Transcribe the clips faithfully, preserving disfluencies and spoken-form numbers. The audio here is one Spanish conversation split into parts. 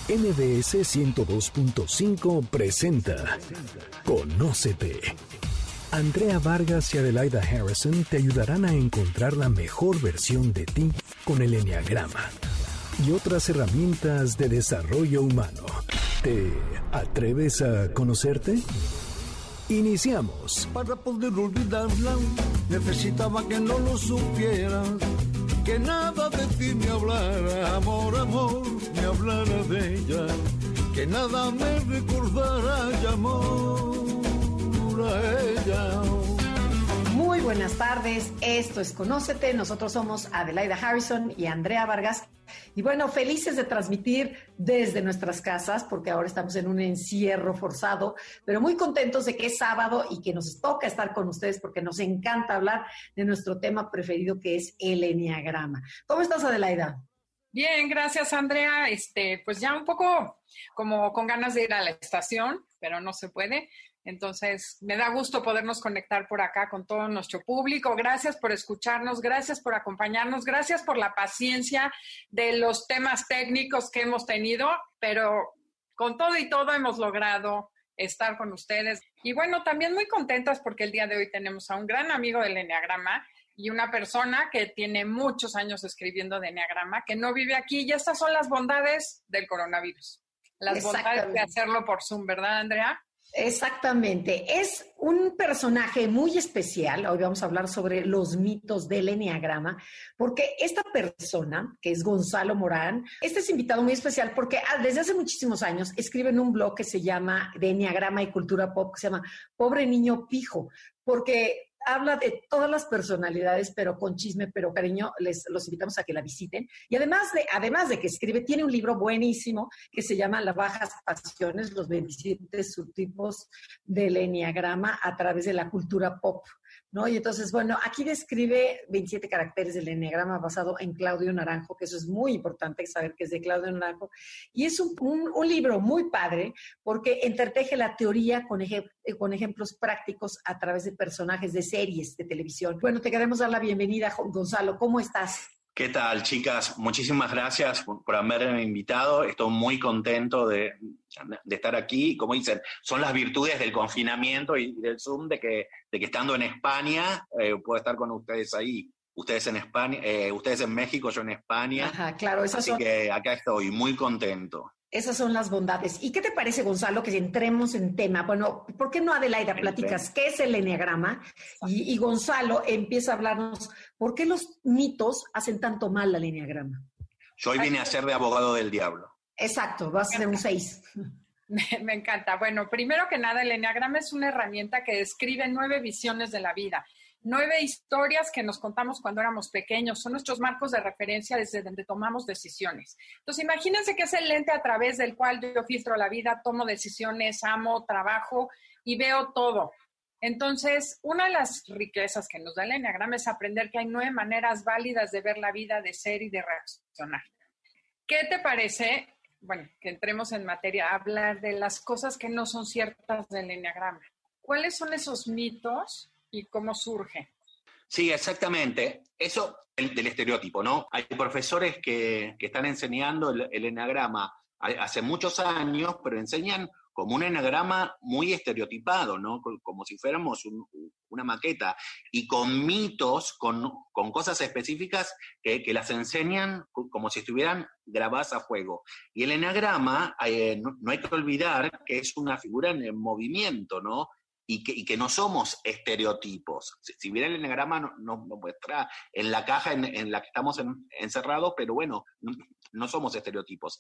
M B S ciento dos punto cinco presenta Conócete. Andrea Vargas y Adelaida Harrison te ayudarán a encontrar la mejor versión de ti con el Enneagrama y otras herramientas de desarrollo humano. ¿Te atreves a conocerte? Iniciamos. Para poder olvidarla, necesitaba que no lo supieras, que nada de ti me hablara, amor, amor, me hablara de ella, que nada me recordara, y amor a ella. Muy buenas tardes, esto es Conócete, nosotros somos Adelaida Harrison y Andrea Vargas. Y bueno, felices de transmitir desde nuestras casas, porque ahora estamos en un encierro forzado, pero muy contentos de que es sábado y que nos toca estar con ustedes porque nos encanta hablar de nuestro tema preferido, que es el Enneagrama. ¿Cómo estás, Adelaida? Bien, gracias, Andrea. Este, pues ya un poco como con ganas de ir a la estación, pero no se puede. Entonces, me da gusto podernos conectar por acá con todo nuestro público. Gracias por escucharnos, gracias por acompañarnos, gracias por la paciencia de los temas técnicos que hemos tenido, pero con todo y todo hemos logrado estar con ustedes. Y bueno, también muy contentas porque el día de hoy tenemos a un gran amigo del Enneagrama y una persona que tiene muchos años escribiendo de Enneagrama, que no vive aquí, y estas son las bondades del coronavirus. Las bondades de hacerlo por Zoom, ¿verdad, Andrea? Exactamente. Es un personaje muy especial. Hoy vamos a hablar sobre los mitos del Enneagrama, porque esta persona, que es Gonzalo Morán, este es invitado muy especial porque desde hace muchísimos años escribe en un blog que se llama de Enneagrama y Cultura Pop, que se llama Pobre Niño Pijo, porque habla de todas las personalidades, pero con chisme, pero cariño. Les los invitamos a que la visiten. Y además de, además de que escribe, tiene un libro buenísimo que se llama Las Bajas Pasiones, los veintisiete subtipos del Enneagrama a través de la cultura pop, ¿no? Y entonces, bueno, aquí describe veintisiete caracteres del Enneagrama basado en Claudio Naranjo, que eso es muy importante saber que es de Claudio Naranjo. Y es un, un, un libro muy padre porque entreteje la teoría con, ej con ejemplos prácticos a través de personajes de series de televisión. Bueno, te queremos dar la bienvenida, Gonzalo. ¿Cómo estás? ¿Qué tal, chicas? Muchísimas gracias por, por haberme invitado. Estoy muy contento de, de estar aquí. Como dicen, son las virtudes del confinamiento y del Zoom, de que, de que estando en España eh, puedo estar con ustedes ahí. Ustedes en España, eh, ustedes en México, yo en España. Ajá, claro. Esas Así son... que acá estoy, muy contento. Esas son las bondades. ¿Y qué te parece, Gonzalo, que si entremos en tema? Bueno, ¿por qué no, Adelaida, platicas qué es el Enneagrama? Y, y Gonzalo empieza a hablarnos por qué los mitos hacen tanto mal al Enneagrama. Yo hoy vine a ser de abogado del diablo. Exacto, vas a ser un seis. Me, me encanta. Bueno, primero que nada, el Enneagrama es una herramienta que describe nueve visiones de la vida. Nueve historias que nos contamos cuando éramos pequeños, son nuestros marcos de referencia desde donde tomamos decisiones. Entonces, imagínense que es el lente a través del cual yo filtro la vida, tomo decisiones, amo, trabajo y veo todo. Entonces, una de las riquezas que nos da el Enneagrama es aprender que hay nueve maneras válidas de ver la vida, de ser y de reaccionar. ¿Qué te parece? Bueno, que entremos en materia, a hablar de las cosas que no son ciertas del Enneagrama. ¿Cuáles son esos mitos y cómo surge? Sí, exactamente. Eso del, del estereotipo, ¿no? Hay profesores que, que están enseñando el, el Enneagrama hace muchos años, pero enseñan como un Enneagrama muy estereotipado, ¿no? Como si fuéramos un, una maqueta, y con mitos, con, con cosas específicas que, que las enseñan como si estuvieran grabadas a fuego. Y el Enneagrama, eh, no, no hay que olvidar que es una figura en movimiento, ¿no? Y que, y que no somos estereotipos. Si, si bien el Enneagrama nos no, no muestra en la caja en, en la que estamos en, encerrados, pero bueno, no, no somos estereotipos.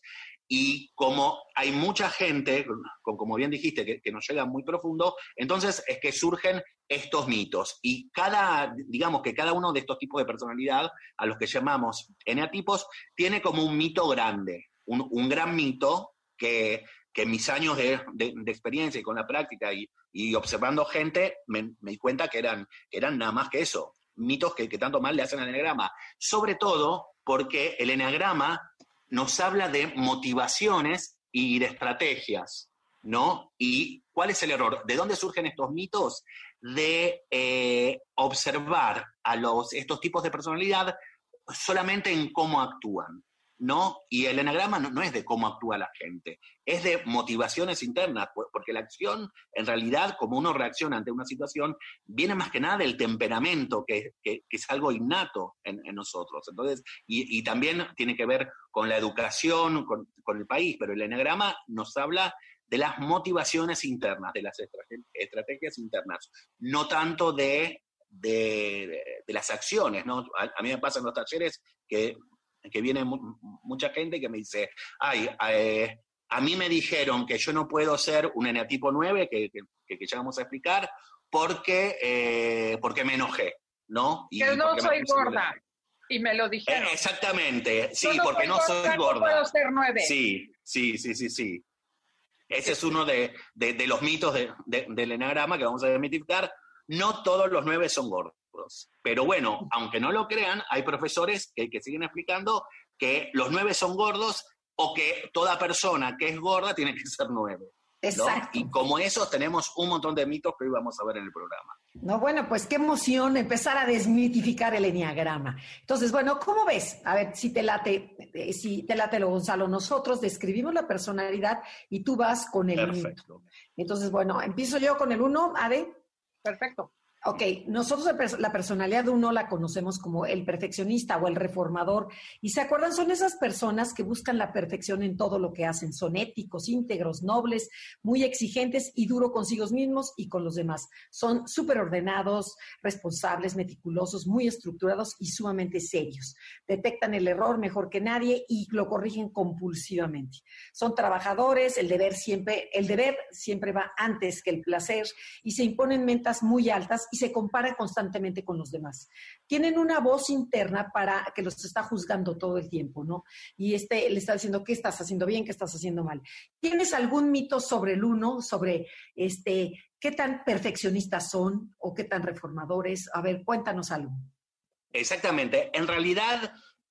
Y como hay mucha gente, con, como bien dijiste, que, que nos llega muy profundo, entonces es que surgen estos mitos. Y cada, digamos que cada uno de estos tipos de personalidad, a los que llamamos eneatipos, tiene como un mito grande, un, un gran mito que... que en mis años de, de, de experiencia y con la práctica y, y observando gente, me, me di cuenta que eran, que eran nada más que eso, mitos que, que tanto mal le hacen al Enneagrama. Sobre todo porque el Enneagrama nos habla de motivaciones y de estrategias, ¿no? ¿Y cuál es el error? ¿De dónde surgen estos mitos? De eh, observar a los, estos tipos de personalidad solamente en cómo actúan. ¿no? Y el eneagrama no, no es de cómo actúa la gente, es de motivaciones internas, porque la acción, en realidad, como uno reacciona ante una situación, viene más que nada del temperamento, que, que, que es algo innato en, en nosotros. Entonces, y, y también tiene que ver con la educación, con, con el país, pero el eneagrama nos habla de las motivaciones internas, de las estrategias internas, no tanto de, de, de las acciones, ¿no? A, a mí me pasa en los talleres que que viene mu- mucha gente que me dice, ay, eh, a mí me dijeron que yo no puedo ser un eneatipo nueve, que, que, que ya vamos a explicar, porque, eh, porque me enojé, ¿no? Y que no soy me gorda, y me lo dijeron. Eh, exactamente, sí, Yo no porque soy no gorda, soy gorda. No puedo ser nueve. Sí, sí, sí, sí, sí. Ese es uno de, de, de los mitos de, de, del eneagrama que vamos a desmitificar. No todos los nueve son gordos. Pero bueno, aunque no lo crean, hay profesores que, que siguen explicando que los nueve son gordos o que toda persona que es gorda tiene que ser nueve. ¿No? Exacto. Y como esos tenemos un montón de mitos que hoy vamos a ver en el programa. No, bueno, pues qué emoción empezar a desmitificar el eneagrama. Entonces, bueno, ¿cómo ves? A ver, si te late, eh, si te late lo Gonzalo, nosotros describimos la personalidad y tú vas con el Perfecto. mito. Entonces, bueno, empiezo yo con el uno, Ade. Perfecto. Ok, nosotros la personalidad de uno la conocemos como el perfeccionista o el reformador. Y se acuerdan, son esas personas que buscan la perfección en todo lo que hacen. Son éticos, íntegros, nobles, muy exigentes y duro consigo mismos y con los demás. Son súper ordenados, responsables, meticulosos, muy estructurados y sumamente serios. Detectan el error mejor que nadie y lo corrigen compulsivamente. Son trabajadores, el deber siempre, el deber siempre va antes que el placer y se imponen metas muy altas y se compara constantemente con los demás. Tienen una voz interna para que los está juzgando todo el tiempo, ¿no? Y este le está diciendo qué estás haciendo bien, qué estás haciendo mal. ¿Tienes algún mito sobre el uno, sobre este, qué tan perfeccionistas son o qué tan reformadores? A ver, cuéntanos algo. Exactamente. En realidad,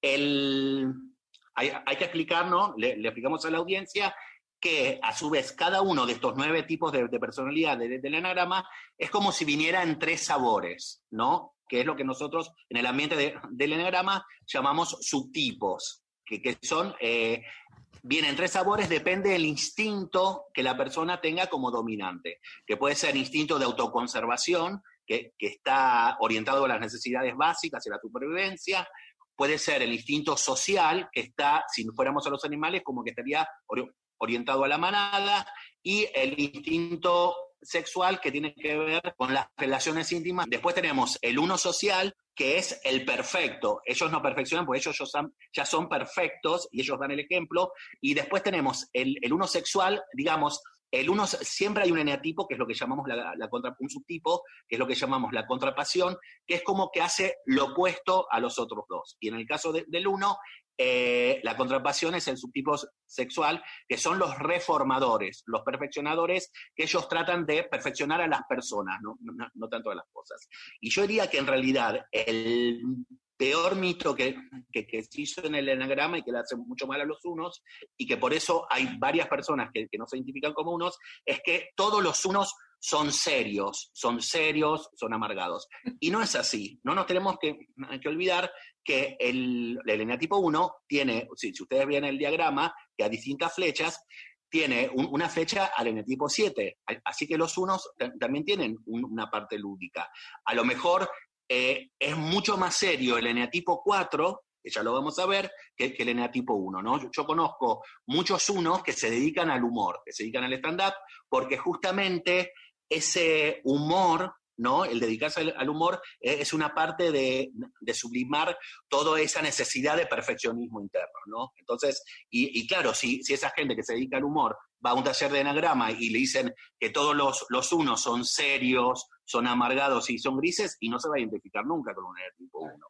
el, hay, hay que explicar, ¿no? Le, le explicamos a la audiencia que a su vez cada uno de estos nueve tipos de, de personalidad del de, de eneagrama es como si viniera en tres sabores, ¿no? Que es lo que nosotros en el ambiente de, del eneagrama llamamos subtipos, que, que son, eh, vienen tres sabores, depende del instinto que la persona tenga como dominante, que puede ser instinto de autoconservación, que, que está orientado a las necesidades básicas y a la supervivencia, puede ser el instinto social, que está, si fuéramos a los animales, como que estaría orientado a la manada, y el instinto sexual que tiene que ver con las relaciones íntimas. Después tenemos el uno social, que es el perfecto. Ellos no perfeccionan, porque ellos ya son, ya son perfectos y ellos dan el ejemplo. Y después tenemos el, el uno sexual, digamos, el uno, siempre hay un eneatipo, que es lo que llamamos la, la contra, un subtipo, que es lo que llamamos la contrapasión, que es como que hace lo opuesto a los otros dos. Y en el caso de, del uno, Eh, la contrapasión es el subtipo sexual, que son los reformadores, los perfeccionadores, que ellos tratan de perfeccionar a las personas, no, no, no tanto a las cosas. Y yo diría que en realidad el peor mito que, que, que se hizo en el eneagrama y que le hace mucho mal a los unos, y que por eso hay varias personas que, que no se identifican como unos, es que todos los unos son serios, son serios, son amargados. Y no es así. No nos tenemos que, que olvidar que el, el eneatipo uno tiene, si, si ustedes ven el diagrama, que a distintas flechas, tiene un, una flecha al eneatipo siete. Así que los unos t- también tienen un, una parte lúdica. A lo mejor eh, es mucho más serio el eneatipo cuatro, que ya lo vamos a ver, que, que el eneatipo uno, ¿no? Yo, yo conozco muchos unos que se dedican al humor, que se dedican al stand-up, porque justamente ese humor, ¿no? El dedicarse al, al humor eh, es una parte de, de sublimar toda esa necesidad de perfeccionismo interno, ¿no? Entonces, y, y claro, si, si esa gente que se dedica al humor va a un taller de eneagrama y le dicen que todos los, los unos son serios, son amargados y son grises, y no se va a identificar nunca con un eneatipo uno.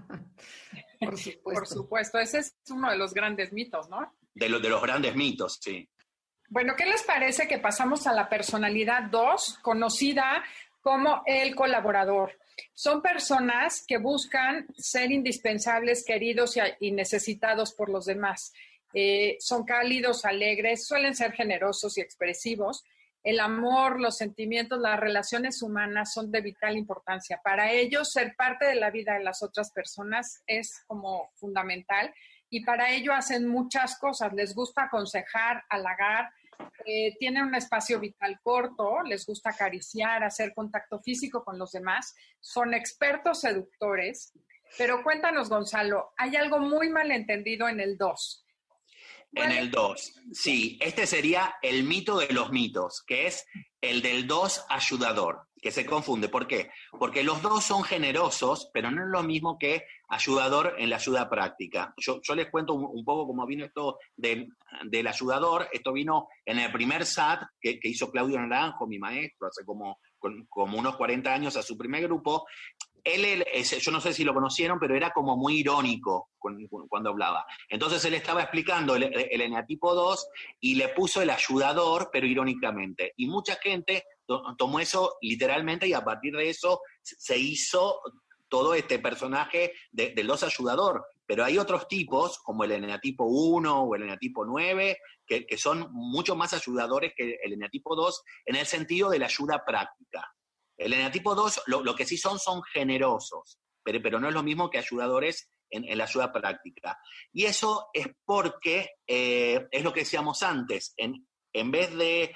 Por supuesto. Por supuesto, ese es uno de los grandes mitos, ¿no? De, lo, de los grandes mitos, sí. Bueno, ¿qué les parece que pasamos a la personalidad dos, conocida como el colaborador? Son personas que buscan ser indispensables, queridos y, y necesitados por los demás. Eh, son cálidos, alegres, suelen ser generosos y expresivos. El amor, los sentimientos, las relaciones humanas son de vital importancia. Para ellos, ser parte de la vida de las otras personas es como fundamental. y para ello hacen muchas cosas. Les gusta aconsejar, halagar, eh, tienen un espacio vital corto, les gusta acariciar, hacer contacto físico con los demás, son expertos seductores. Pero cuéntanos, Gonzalo, hay algo muy malentendido en el dos. En el dos, sí. Este sería el mito de los mitos, que es el del dos ayudador, que se confunde. ¿Por qué? Porque los dos son generosos, pero no es lo mismo que ayudador en la ayuda práctica. Yo, yo les cuento un, un poco cómo vino esto del, del ayudador. Esto vino en el primer S A T que, que hizo Claudio Naranjo, mi maestro, hace como, como unos cuarenta años a su primer grupo. Él, él, yo no sé si lo conocieron, pero era como muy irónico cuando hablaba. Entonces él estaba explicando el, el eneatipo dos y le puso el ayudador, pero irónicamente. Y mucha gente to, tomó eso literalmente y a partir de eso se hizo todo este personaje de, del dos ayudador. Pero hay otros tipos, como el eneatipo uno o el eneatipo nueve, que, que son mucho más ayudadores que el eneatipo dos en el sentido de la ayuda práctica. El eneatipo dos, lo, lo que sí son, son generosos, pero, pero no es lo mismo que ayudadores en, en la ayuda práctica. Y eso es porque, eh, es lo que decíamos antes, en, en vez de,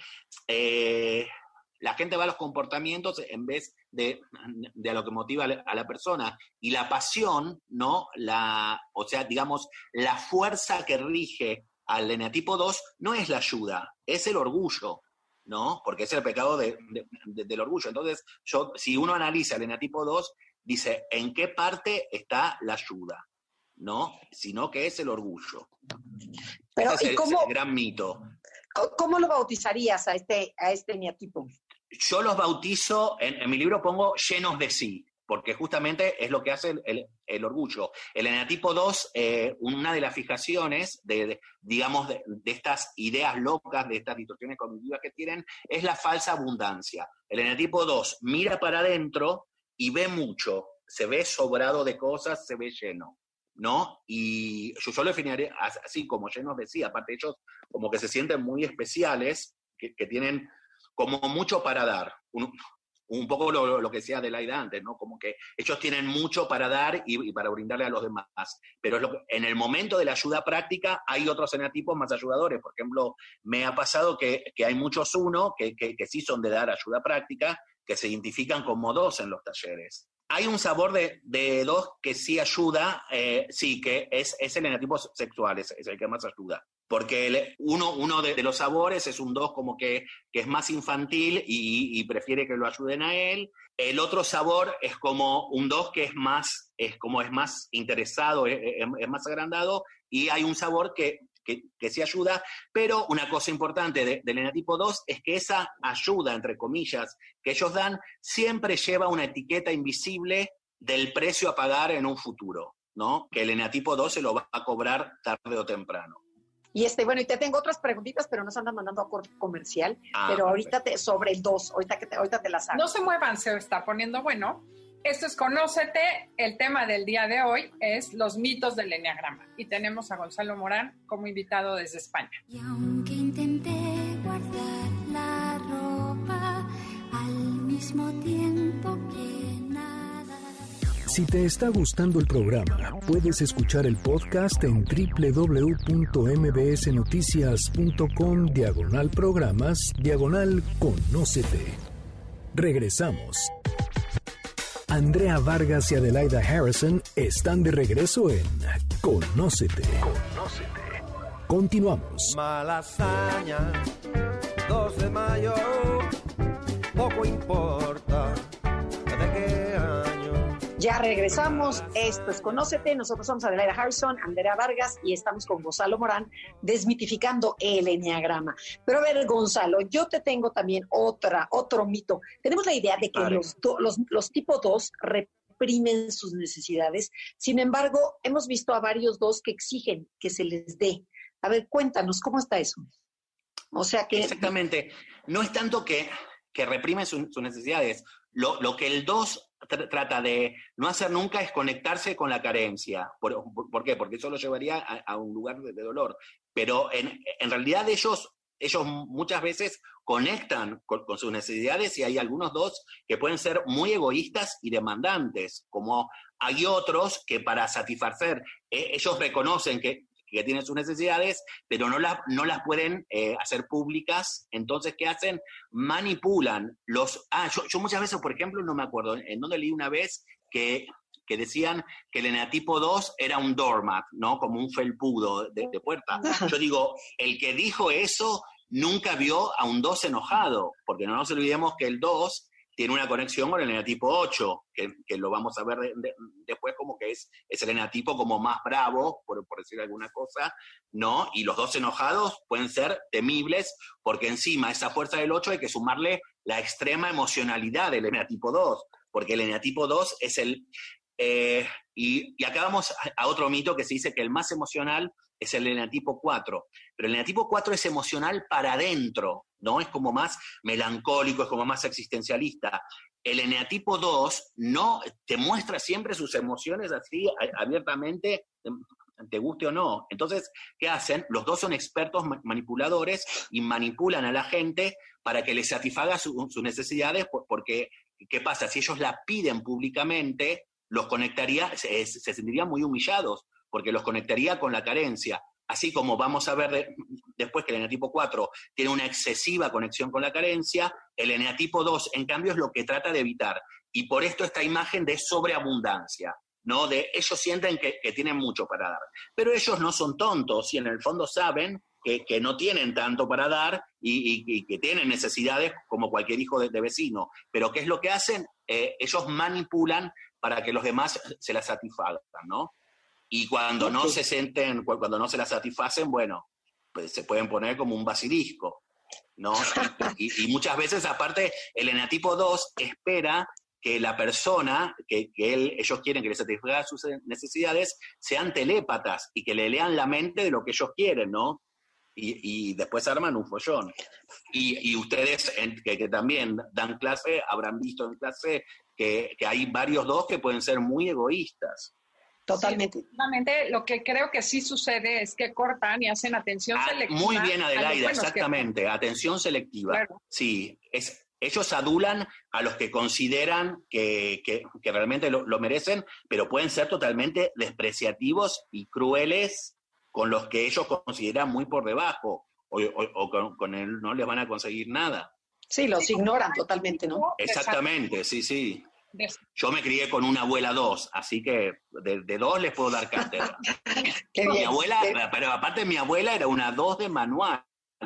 eh, la gente va a los comportamientos en vez de, de a lo que motiva a la, a la persona. Y la pasión, ¿no? La, o sea, digamos, la fuerza que rige al eneatipo dos no es la ayuda, es el orgullo, ¿no? Porque es el pecado de, de, de, del orgullo. Entonces, yo, si uno analiza el eneatipo dos, dice, ¿en qué parte está la ayuda? ¿No? Sino que es el orgullo. Pero, Ese es ¿y el, cómo, es el gran mito. ¿Cómo lo bautizarías a este, a este eneatipo? Yo los bautizo, en, en mi libro pongo llenos de sí, porque justamente es lo que hace el, el, el orgullo. El eneatipo dos, eh, una de las fijaciones, de, de digamos, de, de estas ideas locas, de estas distorsiones cognitivas que tienen, es la falsa abundancia. El eneatipo dos mira para adentro y ve mucho, se ve sobrado de cosas, se ve lleno, ¿no? Y yo, yo lo definiría así, como llenos de sí, aparte ellos como que se sienten muy especiales, que, que tienen como mucho para dar. Un, Un poco lo, lo que decía Adelaida antes, ¿no? Como que ellos tienen mucho para dar y, y para brindarle a los demás. Pero es lo que, en el momento de la ayuda práctica hay otros eneatipos más ayudadores. Por ejemplo, me ha pasado que, que hay muchos uno que, que, que sí son de dar ayuda práctica, que se identifican como dos en los talleres. Hay un sabor de, de dos que sí ayuda, eh, sí, que es, es el eneatipo sexual, es, es el que más ayuda. Porque el, uno, uno de, de los sabores es un dos como que, que es más infantil y, y prefiere que lo ayuden a él. El otro sabor es como un dos que es más, es como es más interesado, es, es más agrandado, y hay un sabor que, que, que sí ayuda, pero una cosa importante de, del eneatipo dos es que esa ayuda, entre comillas, que ellos dan, siempre lleva una etiqueta invisible del precio a pagar en un futuro, ¿no? Que el eneatipo dos se lo va a cobrar tarde o temprano. Y este, bueno, y te tengo otras preguntitas, pero nos andan mandando a corte comercial. Ah, pero perfecto. ahorita te, sobre el dos, ahorita, que te, ahorita te las hago. No se muevan, se está poniendo bueno. Esto es Conócete. El tema del día de hoy es los mitos del eneagrama. Y tenemos a Gonzalo Morán como invitado desde España. Y aunque intenté guardar la ropa, al mismo tiempo que nada. Si te está gustando el programa, puedes escuchar el podcast en www.mbsnoticias.com diagonal programas diagonal Conócete. Regresamos. Andrea Vargas y Adelaida Harrison están de regreso en Conócete. Conócete. Continuamos. Malasaña, dos de mayo, poco importa de qué año. Ya regresamos, esto es Conócete, nosotros somos Adelaida Harrison, Andrea Vargas y estamos con Gonzalo Morán desmitificando el eneagrama. Pero a ver, Gonzalo, yo te tengo también otra, otro mito. Tenemos la idea de que Vale. los, do, los, los tipo dos reprimen sus necesidades, sin embargo, hemos visto a varios dos que exigen que se les dé. A ver, cuéntanos, ¿cómo está eso? O sea que... Exactamente. No es tanto que, que reprimen su, sus necesidades. Lo, lo que el dos tr- trata de no hacer nunca es conectarse con la carencia. ¿Por, por, ¿por qué? Porque eso lo llevaría a, a un lugar de, de dolor. Pero en, en realidad ellos, ellos muchas veces conectan con, con sus necesidades y hay algunos dos que pueden ser muy egoístas y demandantes, como hay otros que para satisfacer, eh, ellos reconocen que, que tienen sus necesidades, pero no las, no las pueden eh, hacer públicas. Entonces, ¿qué hacen? Manipulan los... Ah, yo, yo muchas veces, por ejemplo, no me acuerdo, en donde leí una vez que... que decían que el eneatipo dos era un doormat, ¿no? Como un felpudo de, de puerta. Yo digo, el que dijo eso nunca vio a un dos enojado, porque no nos olvidemos que el dos tiene una conexión con el eneatipo ocho, que, que lo vamos a ver de, de, después como que es, es el eneatipo como más bravo, por, por decir alguna cosa, ¿no? Y los dos enojados pueden ser temibles, porque encima a esa fuerza del ocho hay que sumarle la extrema emocionalidad del eneatipo dos, porque el eneatipo dos es el... Eh, y, y acá vamos a, a otro mito que se dice que el más emocional es el eneatipo cuatro, pero el eneatipo cuatro es emocional para adentro, ¿no? Es como más melancólico, es como más existencialista. El eneatipo dos no te muestra siempre sus emociones así a, abiertamente, te guste o no. Entonces, ¿qué hacen? Los dos son expertos manipuladores y manipulan a la gente para que les satisfaga su, sus necesidades, porque, ¿qué pasa? Si ellos la piden públicamente, los conectaría, se, se sentirían muy humillados, porque los conectaría con la carencia. Así como vamos a ver de, después que el eneatipo cuatro tiene una excesiva conexión con la carencia, el eneatipo dos, en cambio, es lo que trata de evitar. Y por esto esta imagen de sobreabundancia, ¿no? De ellos sienten que, que tienen mucho para dar. Pero ellos no son tontos y en el fondo saben que, que no tienen tanto para dar y, y, y que tienen necesidades como cualquier hijo de, de vecino. Pero ¿qué es lo que hacen? Eh, ellos manipulan para que los demás se la satisfagan, ¿no? Y cuando no se sienten, cuando no se la satisfacen, bueno, pues se pueden poner como un basilisco, ¿no? Y, y muchas veces, aparte, el eneatipo dos espera que la persona, que, que él, ellos quieren que les satisfaga sus necesidades, sean telépatas y que le lean la mente de lo que ellos quieren, ¿no? Y, y después arman un follón. Y, y ustedes, en, que, que también dan clase, habrán visto en clase que, que hay varios dos que pueden ser muy egoístas. Totalmente. Sí, lo que creo que sí sucede es que cortan y hacen atención ah, selectiva. Muy bien, Adelaida, exactamente, que... atención selectiva. Claro. Sí, es, ellos adulan a los que consideran que, que, que realmente lo, lo merecen, pero pueden ser totalmente despreciativos y crueles con los que ellos consideran muy por debajo, o, o, o con, con él no les van a conseguir nada. Sí, los ignoran totalmente, ¿no? Exactamente, sí, sí. Yo me crié con una abuela dos, así que de, de dos les puedo dar cátedra. Qué mi bien, abuela, qué... pero aparte mi abuela era una dos de manual.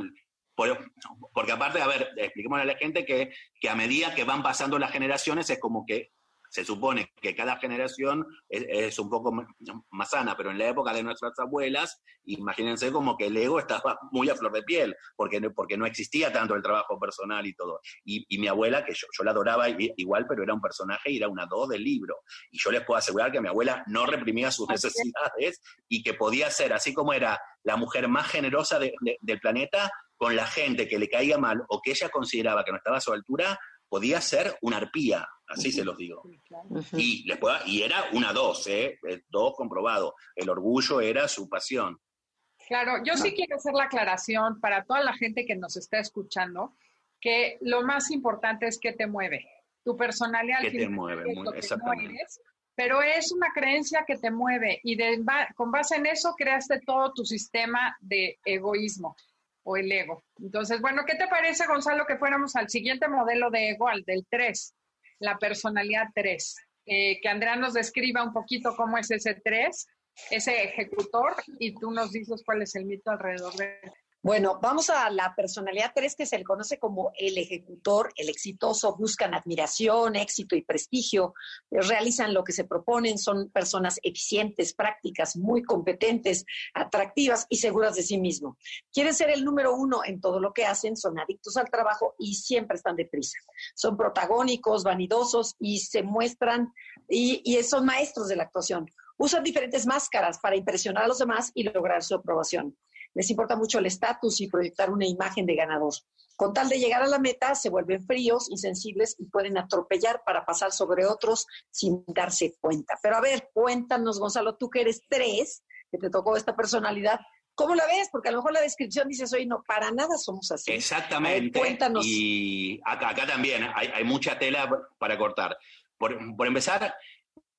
Por, porque aparte, a ver, expliquémosle a la gente que, que a medida que van pasando las generaciones es como que se supone que cada generación es, es un poco más sana, pero en la época de nuestras abuelas, imagínense como que el ego estaba muy a flor de piel, porque, porque no existía tanto el trabajo personal y todo. Y, y mi abuela, que yo, yo la adoraba igual, pero era un personaje y era una dos del libro. Y yo les puedo asegurar que mi abuela no reprimía sus necesidades y que podía ser, así como era la mujer más generosa de, de, del planeta, con la gente que le caía mal o que ella consideraba que no estaba a su altura, podía ser una arpía, así uh-huh. se los digo. Uh-huh. Y, les puedo, y era una dos, ¿eh? Dos comprobado. El orgullo era su pasión. Claro, yo sí quiero hacer la aclaración para toda la gente que nos está escuchando, que lo más importante es qué te mueve. Tu personalidad ¿Qué te mueve? Es muy, lo que exactamente. no eres, pero es una creencia que te mueve y de, con base en eso creaste todo tu sistema de egoísmo o el ego. Entonces, bueno, ¿qué te parece, Gonzalo, que fuéramos al siguiente modelo de ego, al del tres, la personalidad tres? Eh, que Andrea nos describa un poquito cómo es ese tres, ese ejecutor, y tú nos dices cuál es el mito alrededor de él. Bueno, vamos a la personalidad tres, que se le conoce como el ejecutor, el exitoso. Buscan admiración, éxito y prestigio, realizan lo que se proponen, son personas eficientes, prácticas, muy competentes, atractivas y seguras de sí mismo. Quieren ser el número uno en todo lo que hacen, son adictos al trabajo y siempre están deprisa. Son protagónicos, vanidosos y se muestran y, y son maestros de la actuación. Usan diferentes máscaras para impresionar a los demás y lograr su aprobación. Les importa mucho el estatus y proyectar una imagen de ganador. Con tal de llegar a la meta, se vuelven fríos, insensibles y pueden atropellar para pasar sobre otros sin darse cuenta. Pero a ver, cuéntanos, Gonzalo, tú que eres tres, que te tocó esta personalidad, ¿cómo la ves? Porque a lo mejor la descripción dices, oye, no, para nada somos así. Exactamente. Ver, cuéntanos. Y acá, acá también hay, hay mucha tela para cortar. Por, por empezar,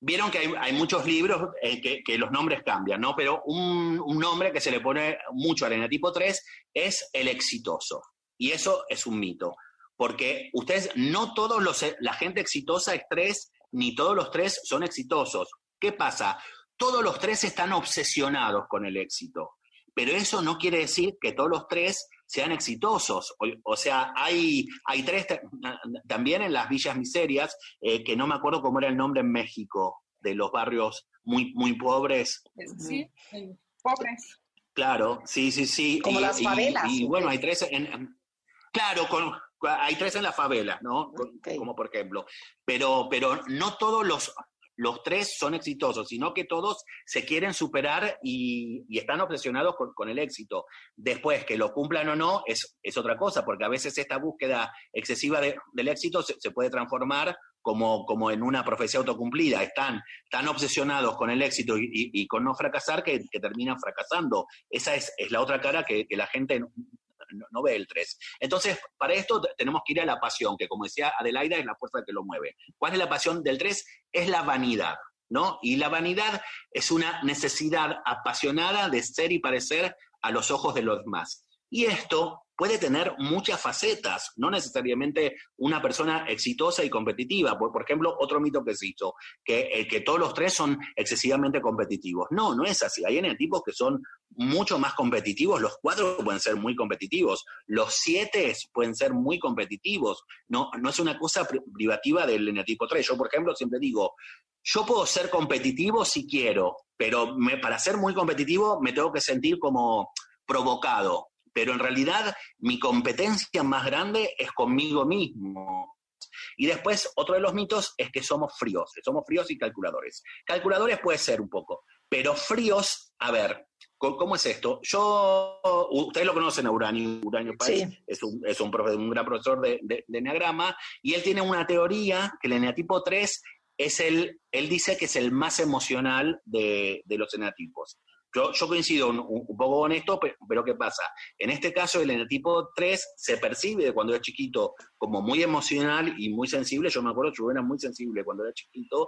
vieron que hay, hay muchos libros eh, que, que los nombres cambian, ¿no? Pero un, un nombre que se le pone mucho al eneatipo tres es el exitoso. Y eso es un mito. Porque ustedes, no todos los, la gente exitosa es tres, ni todos los tres son exitosos. ¿Qué pasa? Todos los tres están obsesionados con el éxito. Pero eso no quiere decir que todos los tres sean exitosos. O, o sea, hay, hay tres t- también en las villas miserias, eh, que no me acuerdo cómo era el nombre en México, de los barrios muy, muy pobres. Sí, pobres. Claro, sí, sí, sí. Como y, las y, favelas. Y, y bueno, hay tres en... en claro, con, hay tres en las favelas, ¿no? Okay. Como por ejemplo. Pero, pero no todos los... Los tres son exitosos, sino que todos se quieren superar y, y están obsesionados con, con el éxito. Después, que lo cumplan o no, es, es otra cosa, porque a veces esta búsqueda excesiva de, del éxito se, se puede transformar como, como en una profecía autocumplida. Están tan obsesionados con el éxito y, y, y con no fracasar que, que terminan fracasando. Esa es, es la otra cara que, que la gente no, no, no ve el tres. Entonces, para esto tenemos que ir a la pasión, que como decía Adelaida, es la fuerza que lo mueve. ¿Cuál es la pasión del tres? Es la vanidad, ¿no? Y la vanidad es una necesidad apasionada de ser y parecer a los ojos de los demás. Y esto puede tener muchas facetas, no necesariamente una persona exitosa y competitiva. Por, por ejemplo, otro mito que se hizo, que, eh, que todos los tres son excesivamente competitivos. No, no es así. Hay eneatipos que son mucho más competitivos. Los cuatro pueden ser muy competitivos. Los siete pueden ser muy competitivos. No, no es una cosa pri- privativa del eneatipo tres. Yo, por ejemplo, siempre digo, yo puedo ser competitivo si quiero, pero me, para ser muy competitivo me tengo que sentir como provocado. Pero en realidad mi competencia más grande es conmigo mismo. Y después, otro de los mitos es que somos fríos, que somos fríos y calculadores. Calculadores puede ser un poco, pero fríos, a ver, ¿cómo es esto? Yo, ustedes lo conocen a Uranio, Uranio Páez, sí. es, un, es un, profe, un gran profesor de, de, de Enneagrama, y él tiene una teoría que el eneatipo tres es el, él dice que es el más emocional de, de los eneatipos. Yo, yo coincido un, un poco con esto, pero, pero ¿qué pasa? En este caso, el eneatipo tres se percibe de cuando era chiquito como muy emocional y muy sensible. Yo me acuerdo que yo era muy sensible cuando era chiquito.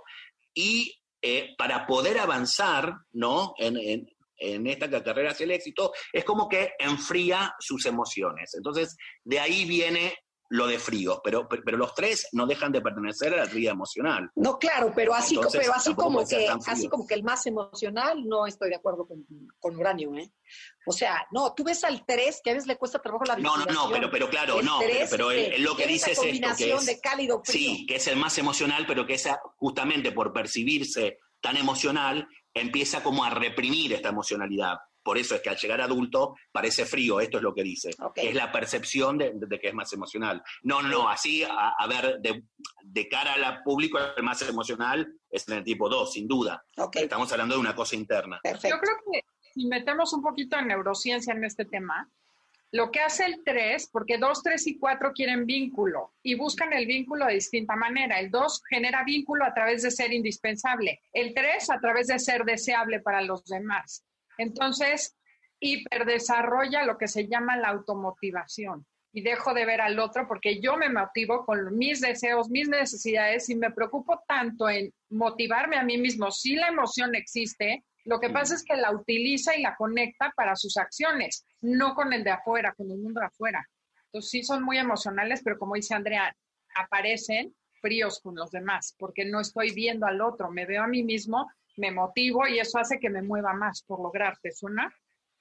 Y eh, para poder avanzar, ¿no? En, en, en esta carrera hacia el éxito, es como que enfría sus emociones. Entonces, de ahí viene lo de frío, pero, pero los tres no dejan de pertenecer a la tríada emocional. No, claro, pero así, Entonces, pero así como que así frío. como que el más emocional, no estoy de acuerdo con, con Uranio, ¿eh? O sea, no, tú ves al tres, que a veces le cuesta trabajo la No, no, no, pero, pero claro, el no, tres, pero, pero él, que él lo que dice es esto, que es, de cálido frío. Sí, que es el más emocional, pero que esa, justamente por percibirse tan emocional, empieza como a reprimir esta emocionalidad. Por eso es que al llegar adulto parece frío, esto es lo que dice, okay. que es la percepción de, de, de que es más emocional. No, no, no, así, a, a ver, de, de cara al público, el más emocional es el tipo dos, sin duda. Okay. Estamos hablando de una cosa interna. Perfecto. Yo creo que si metemos un poquito de neurociencia en este tema, lo que hace el tres, porque dos, tres y cuatro quieren vínculo y buscan el vínculo de distinta manera. El dos genera vínculo a través de ser indispensable. El tres a través de ser deseable para los demás. Entonces, hiperdesarrolla lo que se llama la automotivación y dejo de ver al otro porque yo me motivo con mis deseos, mis necesidades y me preocupo tanto en motivarme a mí mismo. Si la emoción existe, lo que pasa es que la utiliza y la conecta para sus acciones, no con el de afuera, con el mundo de afuera. Entonces, sí son muy emocionales, pero como dice Andrea, aparecen fríos con los demás porque no estoy viendo al otro, me veo a mí mismo, me motivo y eso hace que me mueva más por lograr. ¿Te suena?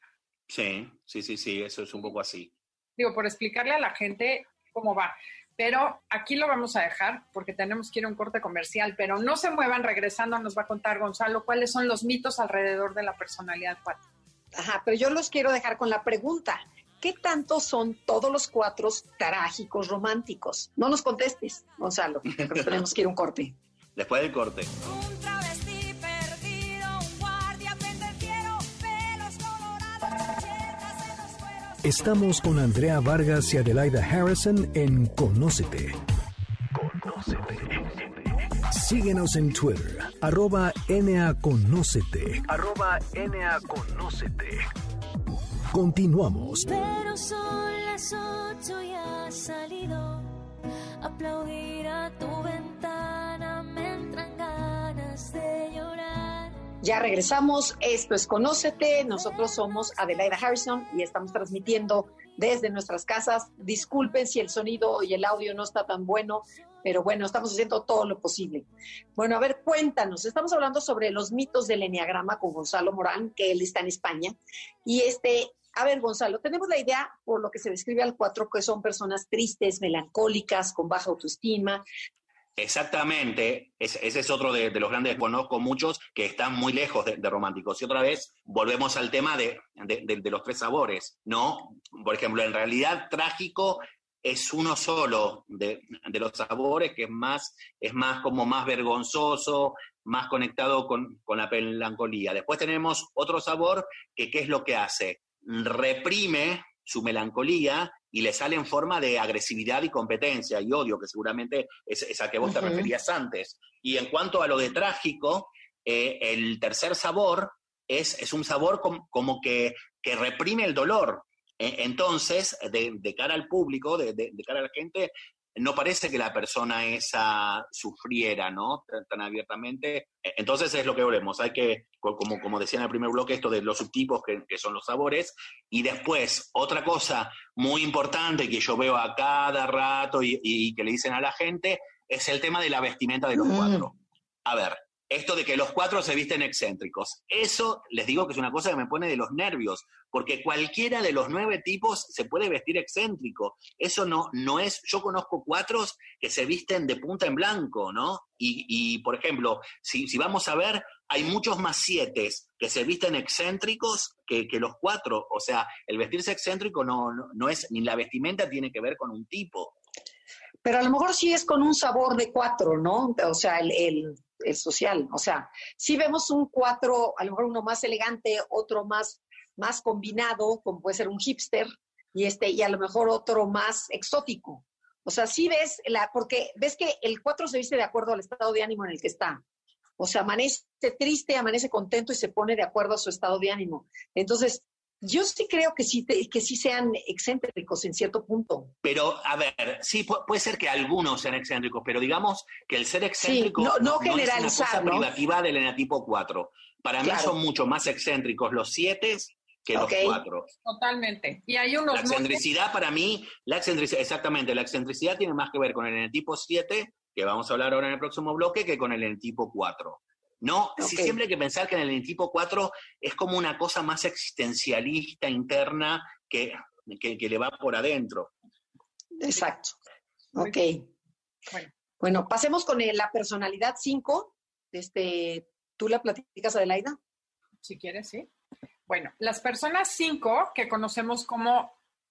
Sí, sí, sí, sí, eso es un poco así. Digo, por explicarle a la gente cómo va. Pero aquí lo vamos a dejar porque tenemos que ir a un corte comercial, pero no se muevan, regresando nos va a contar Gonzalo cuáles son los mitos alrededor de la personalidad cuatro. Ajá, pero yo los quiero dejar con la pregunta. ¿Qué tanto son todos los cuatro trágicos románticos? No nos contestes, Gonzalo, pero tenemos que ir a un corte. Después del corte. Estamos con Andrea Vargas y Adelaida Harrison en Conócete. Conócete. Síguenos en Twitter, arroba NAConócete. Arroba NAConócete. Continuamos. Pero son las ocho y has salido. Aplaudir a tu ventana me entran ganas de Ya regresamos, esto es Conócete, nosotros somos Adelaida Harrison y estamos transmitiendo desde nuestras casas. Disculpen si el sonido y el audio no está tan bueno, pero bueno, estamos haciendo todo lo posible. Bueno, a ver, cuéntanos, estamos hablando sobre los mitos del eneagrama con Gonzalo Morán, que él está en España, y este... A ver, Gonzalo, tenemos la idea, por lo que se describe al cuatro, que son personas tristes, melancólicas, con baja autoestima. Exactamente, es, ese es otro de, de los grandes, conozco muchos que están muy lejos de, de románticos. Y otra vez, volvemos al tema de, de, de, de los tres sabores, ¿no? Por ejemplo, en realidad trágico es uno solo de, de los sabores, que es más, es más como más vergonzoso, más conectado con, con la melancolía. Después tenemos otro sabor que ¿qué es lo que hace? Reprime su melancolía y le sale en forma de agresividad y competencia y odio, que seguramente es, es a que vos uh-huh. te referías antes. Y en cuanto a lo de trágico, eh, el tercer sabor es, es un sabor com, como que, que reprime el dolor. Eh, entonces, de, de cara al público, de, de, de cara a la gente, no parece que la persona esa sufriera, ¿no? Tan, tan abiertamente. Entonces es lo que volvemos. Hay que, como, como decía en el primer bloque, esto de los subtipos, que, que son los sabores. Y después, otra cosa muy importante que yo veo a cada rato y, y que le dicen a la gente, es el tema de la vestimenta de los mm. cuatro. A ver, esto de que los cuatro se visten excéntricos. Eso, les digo que es una cosa que me pone de los nervios, porque cualquiera de los nueve tipos se puede vestir excéntrico. Eso no, no es... Yo conozco cuatros que se visten de punta en blanco, ¿no? Y, y por ejemplo, si, si vamos a ver, hay muchos más siete que se visten excéntricos que, que los cuatro. O sea, el vestirse excéntrico no, no, no es... Ni la vestimenta tiene que ver con un tipo. Pero a lo mejor sí es con un sabor de cuatro, ¿no? O sea, el... el... el social, o sea, si vemos un cuatro, a lo mejor uno más elegante, otro más, más combinado, como puede ser un hipster, y este, y a lo mejor otro más exótico. O sea, sí ves, la, porque ves que el cuatro se viste de acuerdo al estado de ánimo en el que está. O sea, amanece triste, amanece contento y se pone de acuerdo a su estado de ánimo. Entonces, yo sí creo que sí, te, que sí sean excéntricos en cierto punto. Pero, a ver, sí, pu- puede ser que algunos sean excéntricos, pero digamos que el ser excéntrico sí, no, no, no, generalizar, no es una cosa ¿no? privativa del enatipo cuatro. Para claro. mí son mucho más excéntricos los siete que okay. los cuatro. Totalmente. Y hay unos... La excentricidad muy... para mí, la excentricidad, exactamente, la excentricidad tiene más que ver con el enatipo siete, que vamos a hablar ahora en el próximo bloque, que con el enatipo cuatro. No, okay. sí, siempre hay que pensar que en el tipo cuatro es como una cosa más existencialista, interna, que, que, que le va por adentro. Exacto. Ok. Bueno, bueno pasemos con el, la personalidad cinco. Este, ¿tú la platicas, Adelaida? Si quieres, sí. Bueno, las personas cinco, que conocemos como,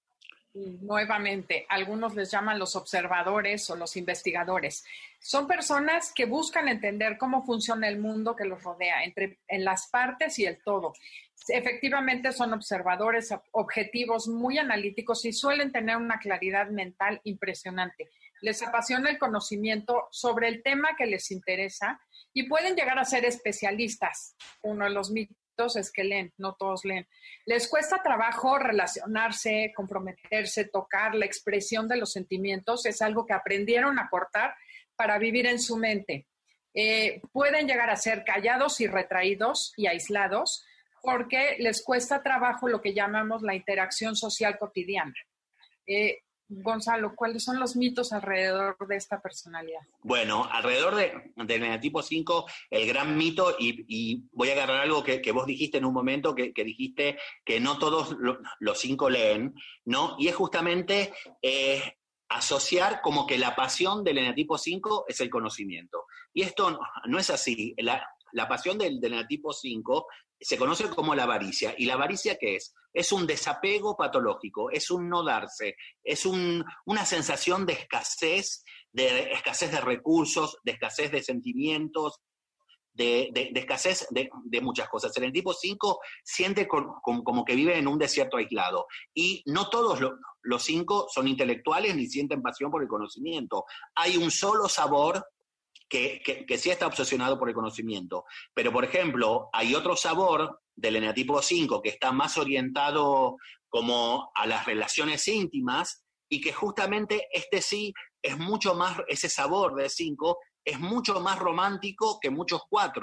nuevamente, algunos les llaman los observadores o los investigadores. Son personas que buscan entender cómo funciona el mundo que los rodea, entre en las partes y el todo. Efectivamente son observadores objetivos, muy analíticos y suelen tener una claridad mental impresionante. Les apasiona el conocimiento sobre el tema que les interesa y pueden llegar a ser especialistas. Uno de los mitos es que leen, no todos leen. Les cuesta trabajo relacionarse, comprometerse, tocar. La expresión de los sentimientos es algo que aprendieron a cortar para vivir en su mente. Eh, pueden llegar a ser callados y retraídos y aislados porque les cuesta trabajo lo que llamamos la interacción social cotidiana. Eh, Gonzalo, ¿cuáles son los mitos alrededor de esta personalidad? Bueno, alrededor de, del enatipo cinco, el gran mito, y, y voy a agarrar algo que, que vos dijiste en un momento, que, que dijiste que no todos lo, los cinco leen, ¿no? Y es justamente eh, asociar como que la pasión del enatipo cinco es el conocimiento. Y esto no, no es así. La, la pasión del, del enatipo cinco se conoce como la avaricia. ¿Y la avaricia qué es? Es un desapego patológico, es un no darse, es un, una sensación de escasez, de escasez de recursos, de escasez de sentimientos, de, de, de escasez de, de muchas cosas. El tipo cinco siente con, con, como que vive en un desierto aislado. Y no todos lo, los cinco son intelectuales ni sienten pasión por el conocimiento. Hay un solo sabor Que, que, que sí está obsesionado por el conocimiento. Pero, por ejemplo, hay otro sabor del enatipo cinco que está más orientado como a las relaciones íntimas y que justamente este sí es mucho más, ese sabor de cinco es mucho más romántico que muchos cuatros.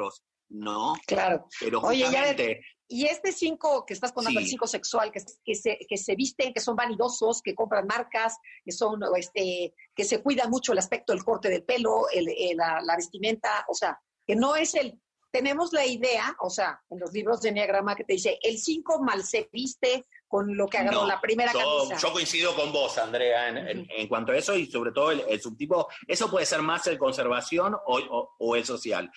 ¿no? Claro. Pero Oye, justamente... ya ver, y este cinco que estás contando, Sí. el cinco sexual, que, que, se, que se visten, que son vanidosos, que compran marcas, que son, este, que se cuidan mucho el aspecto, el corte del pelo, el, el, la, la vestimenta, o sea, que no es el... Tenemos la idea, o sea, en los libros de Enneagrama que te dice, el cinco mal se viste con lo que agarró No, la primera yo, camisa. yo coincido con vos, Andrea, en, Uh-huh. en, en cuanto a eso y sobre todo el, el subtipo. Eso puede ser más el conservación o, o, o el social.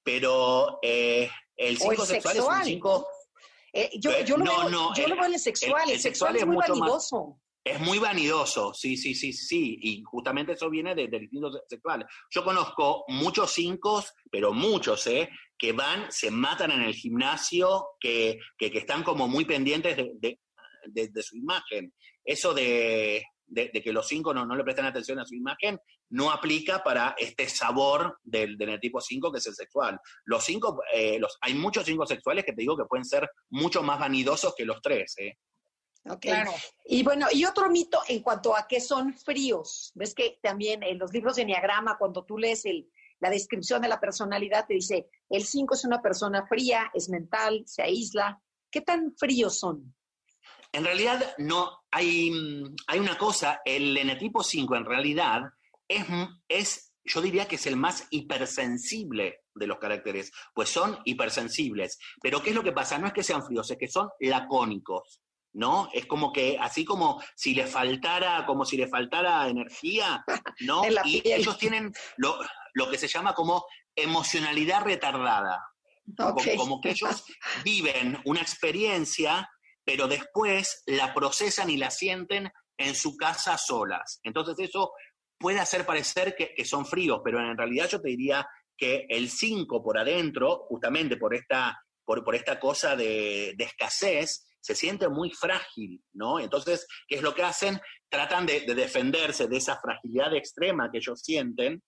Pero eh, el O el cinco sexual, sexual, es un cinco... Eh, yo, yo, lo no, veo, no, yo el, lo veo en el sexual, el, el, el sexual, sexual es muy vanidoso. Más, es muy vanidoso, sí, sí, sí, sí, y justamente eso viene del de instinto sexual. Yo conozco muchos cinco, pero muchos, ¿eh? Que van, se matan en el gimnasio, que, que, que están como muy pendientes de, de, de, de su imagen. Eso de, de, de que los cinco no, no le prestan atención a su imagen no aplica para este sabor del, del tipo cinco, que es el sexual. Los cinco, eh, los, hay muchos cinco sexuales que te digo que pueden ser mucho más vanidosos que los tres, ¿eh? Okay. Claro. Y bueno, y otro mito en cuanto a que son fríos. Ves que también en los libros de Enneagrama, cuando tú lees el, la descripción de la personalidad, te dice, el cinco es una persona fría, es mental, se aísla. ¿Qué tan fríos son? En realidad, no, hay, hay una cosa, el eneatipo cinco en realidad es, es, yo diría que es el más hipersensible de los caracteres, pues son hipersensibles. Pero ¿qué es lo que pasa? No es que sean fríos, es que son lacónicos, ¿no? Es como que, así como si le faltara, como si le faltara energía, ¿no? Y piel. Ellos tienen lo, lo que se llama como emocionalidad retardada. Okay. Como, como que ellos viven una experiencia, pero después la procesan y la sienten en su casa solas. Entonces eso puede hacer parecer que, que son fríos, pero en realidad yo te diría que el cinco por adentro, justamente por esta, por, por esta cosa de, de escasez, se siente muy frágil, ¿no? Entonces, ¿qué es lo que hacen? Tratan de, de defenderse de esa fragilidad extrema que ellos sienten,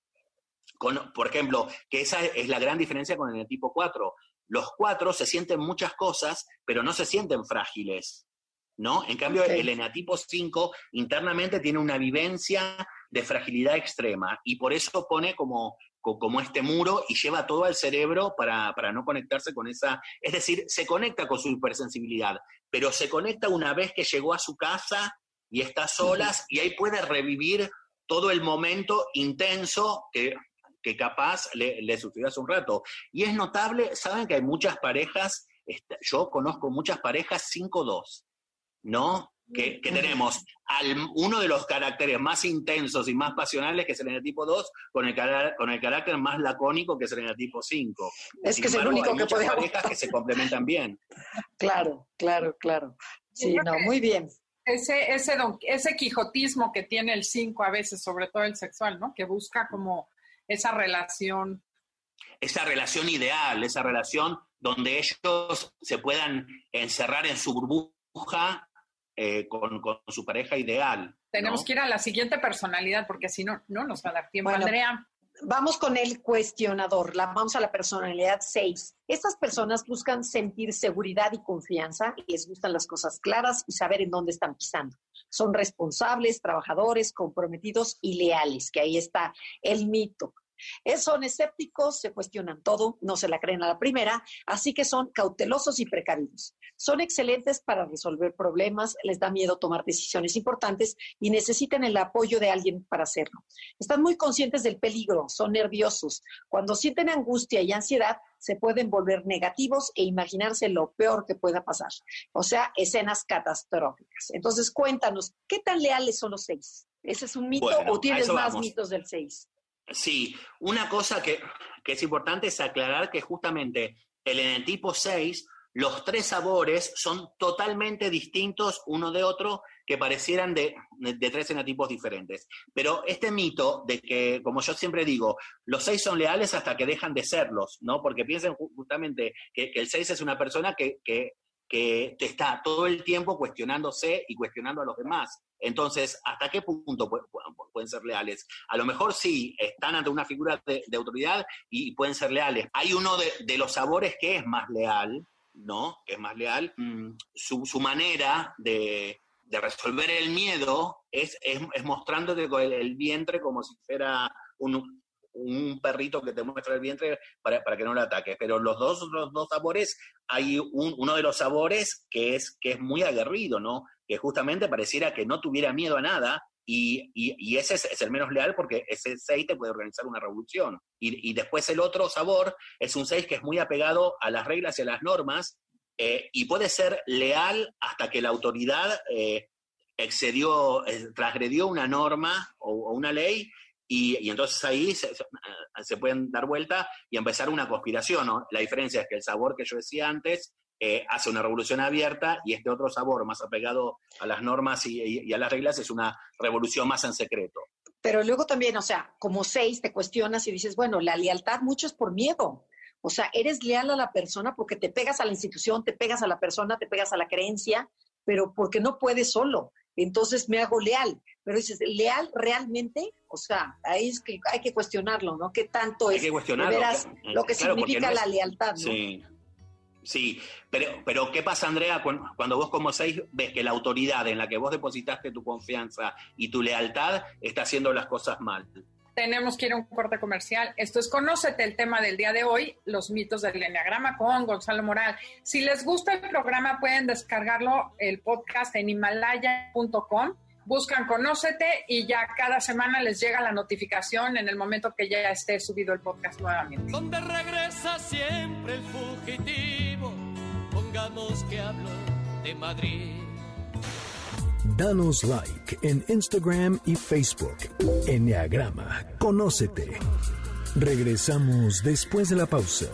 con, por ejemplo, que esa es la gran diferencia con el tipo cuatro. Los cuatro se sienten muchas cosas, pero no se sienten frágiles, ¿no? En cambio, okay. el eneatipo cinco internamente tiene una vivencia de fragilidad extrema y por eso pone como, como este muro y lleva todo al cerebro para, para no conectarse con esa... Es decir, se conecta con su hipersensibilidad, pero se conecta una vez que llegó a su casa y está solas uh-huh. y ahí puede revivir todo el momento intenso que... que capaz le, le sucedió hace un rato. Y es notable, saben que hay muchas parejas, yo conozco muchas parejas cinco dos, ¿no? Que, que tenemos al, uno de los caracteres más intensos y más pasionales, que es el eneatipo dos, con el, con el carácter más lacónico, que es el eneatipo cinco. Es Sin que embargo, es el único hay que muchas podemos... parejas que se complementan bien. Claro, claro, claro. Sí, no, muy bien. Ese, ese, don, ese quijotismo que tiene el cinco a veces, sobre todo el sexual, ¿no? Que busca como esa relación. Esa relación ideal, esa relación donde ellos se puedan encerrar en su burbuja eh, con, con su pareja ideal. Tenemos ¿no? que ir a la siguiente personalidad porque si no, no nos va a dar tiempo. Bueno, Andrea. Vamos con el cuestionador, la, vamos a la personalidad seis. Estas personas buscan sentir seguridad y confianza, y les gustan las cosas claras y saber en dónde están pisando. Son responsables, trabajadores, comprometidos y leales, que ahí está el mito. Son escépticos, se cuestionan todo, no se la creen a la primera, así que son cautelosos y precavidos. Son excelentes para resolver problemas, les da miedo tomar decisiones importantes y necesitan el apoyo de alguien para hacerlo. Están muy conscientes del peligro, son nerviosos. Cuando sienten angustia y ansiedad, se pueden volver negativos e imaginarse lo peor que pueda pasar. O sea, escenas catastróficas. Entonces, cuéntanos, ¿qué tan leales son los seis? ¿Ese es un mito bueno, o tienes más vamos. mitos del seis? Sí, una cosa que, que es importante es aclarar que justamente el eneatipo seis, los tres sabores son totalmente distintos uno de otro, que parecieran de, de, de tres enetipos diferentes. Pero este mito de que, como yo siempre digo, los seis son leales hasta que dejan de serlos, ¿no? Porque piensen justamente que, que el seis es una persona que, que, que está todo el tiempo cuestionándose y cuestionando a los demás. Entonces, ¿hasta qué punto pueden ser leales? A lo mejor sí, están ante una figura de, de autoridad y pueden ser leales. Hay uno de, de los sabores que es más leal, ¿no? Que es más leal. Mm, su, su manera de, de resolver el miedo es, es, es mostrándote el, el vientre como si fuera un, un perrito que te muestra el vientre para, para que no lo ataques. Pero los dos, los dos sabores, hay un, uno de los sabores que es, que es muy aguerrido, ¿no? Que justamente pareciera que no tuviera miedo a nada, y, y, y ese es, es el menos leal porque ese seis te puede organizar una revolución. Y, y después el otro sabor es un seis que es muy apegado a las reglas y a las normas, eh, y puede ser leal hasta que la autoridad eh, excedió, eh, transgredió una norma o, o una ley, y, y entonces ahí se, se pueden dar vuelta y empezar una conspiración, ¿no? La diferencia es que el sabor que yo decía antes eh, hace una revolución abierta, y este otro sabor más apegado a las normas y, y, y a las reglas es una revolución más en secreto. Pero luego también, o sea, como seis te cuestionas y dices, bueno, la lealtad mucho es por miedo. O sea, eres leal a la persona porque te pegas a la institución, te pegas a la persona, te pegas a la creencia, pero porque no puedes solo. Entonces me hago leal. Pero dices, ¿leal realmente? O sea, ahí es que hay que cuestionarlo, ¿no? ¿Qué tanto es hay que cuestionarlo, de veras claro, lo que claro, significa no la es, lealtad, ¿no? Sí. Sí, pero, pero ¿qué pasa, Andrea, cuando, cuando vos como seis ves que la autoridad en la que vos depositaste tu confianza y tu lealtad está haciendo las cosas mal? Tenemos que ir a un corte comercial. Esto es Conócete, el tema del día de hoy, los mitos del Enneagrama con Gonzalo Morán. Si les gusta el programa, pueden descargarlo, el podcast, en himalaya punto com. Buscan Conócete y ya cada semana les llega la notificación en el momento que ya esté subido el podcast nuevamente. Donde regresa siempre el fugitivo, pongamos que hablo de Madrid. Danos like en Instagram y Facebook. Enneagrama, Conócete. Regresamos después de la pausa.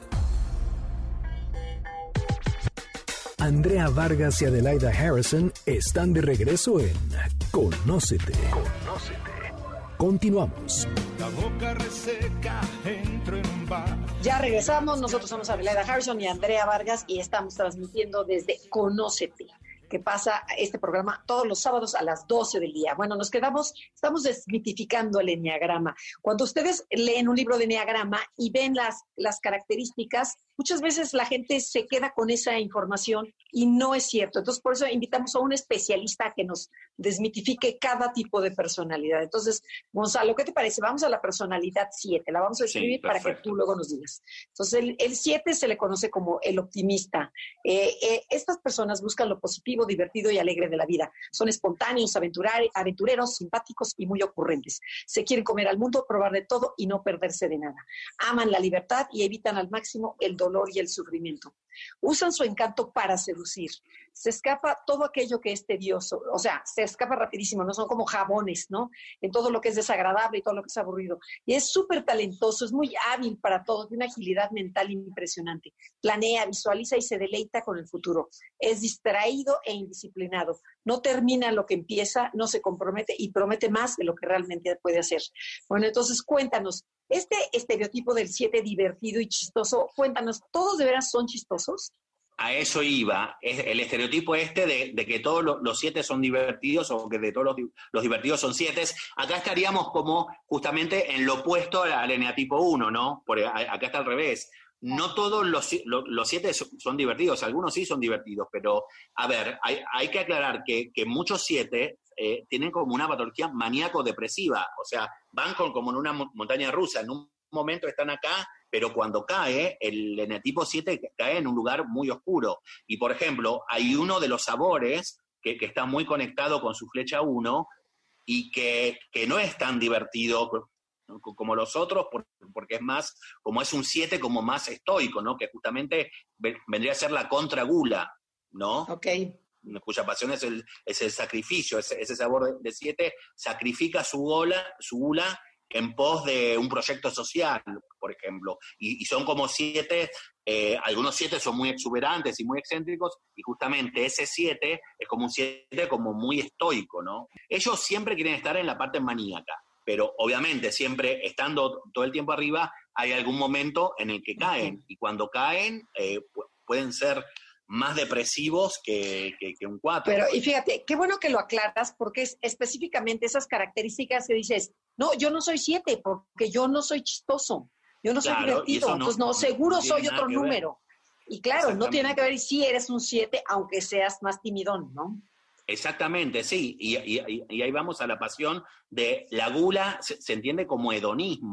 Andrea Vargas y Adelaida Harrison están de regreso en Conócete. Conócete. Continuamos. La boca reseca, entro en un bar. Ya regresamos, nosotros somos Adelaida Harrison y Andrea Vargas y estamos transmitiendo desde Conócete, que pasa este programa todos los sábados a las doce del día. Bueno, nos quedamos, estamos desmitificando el enneagrama. Cuando ustedes leen un libro de enneagrama y ven las, las características, muchas veces la gente se queda con esa información y no es cierto. Entonces, por eso invitamos a un especialista a que nos desmitifique cada tipo de personalidad. Entonces, Gonzalo, ¿qué te parece? Vamos a la personalidad siete. La vamos a escribir sí, para que tú luego nos digas. Entonces, el siete se le conoce como el optimista. Eh, eh, estas personas buscan lo positivo, divertido y alegre de la vida. Son espontáneos, aventureros, simpáticos y muy ocurrentes. Se quieren comer al mundo, probar de todo y no perderse de nada. Aman la libertad y evitan al máximo el dolor y el sufrimiento. Usan su encanto para seducir. Se escapa todo aquello que es tedioso, o sea, se escapa rapidísimo, no son como jabones, ¿no? En todo lo que es desagradable y todo lo que es aburrido. Y es súper talentoso, es muy hábil para todo, tiene una agilidad mental impresionante. Planea, visualiza y se deleita con el futuro. Es distraído e indisciplinado. No termina lo que empieza, no se compromete y promete más de lo que realmente puede hacer. Bueno, entonces cuéntanos, este estereotipo del siete divertido y chistoso, cuéntanos, ¿todos de veras son chistosos? A eso iba, es el estereotipo este de, de que todos los, los siete son divertidos o que de todos los, los divertidos son siete. Acá estaríamos como justamente en lo opuesto al eneatipo uno, ¿no? Porque acá está al revés. No todos los, los, los siete son divertidos, algunos sí son divertidos, pero a ver, hay, hay que aclarar que, que muchos siete eh, tienen como una patología maníaco-depresiva, o sea, van con, como en una montaña rusa, en un momento están acá, pero cuando cae, el eneatipo siete cae en un lugar muy oscuro. Y, por ejemplo, hay uno de los sabores que, que está muy conectado con su flecha uno y que, que no es tan divertido como los otros, porque es más, como es un siete como más estoico, ¿no? Que justamente vendría a ser la contragula, ¿no? Ok. Cuya pasión es el, es el sacrificio, ese, ese sabor de siete sacrifica su gula, su gula en pos de un proyecto social, por ejemplo, y, y son como siete, eh, algunos siete son muy exuberantes y muy excéntricos, y justamente ese siete es como un siete como muy estoico, ¿no? Ellos siempre quieren estar en la parte maníaca, pero obviamente siempre estando todo el tiempo arriba, hay algún momento en el que caen, y cuando caen eh, pueden ser más depresivos que, que, que un cuatro. Pero, y fíjate, qué bueno que lo aclaras, porque es específicamente esas características que dices, no, yo no soy siete, porque yo no soy chistoso, yo no soy claro, divertido, no, entonces no, seguro no soy otro número. Y claro, no tiene nada que ver, y sí eres un siete, aunque seas más timidón, ¿no? Exactamente, sí, y, y, y ahí vamos a la pasión de la gula, se, se entiende como hedonismo,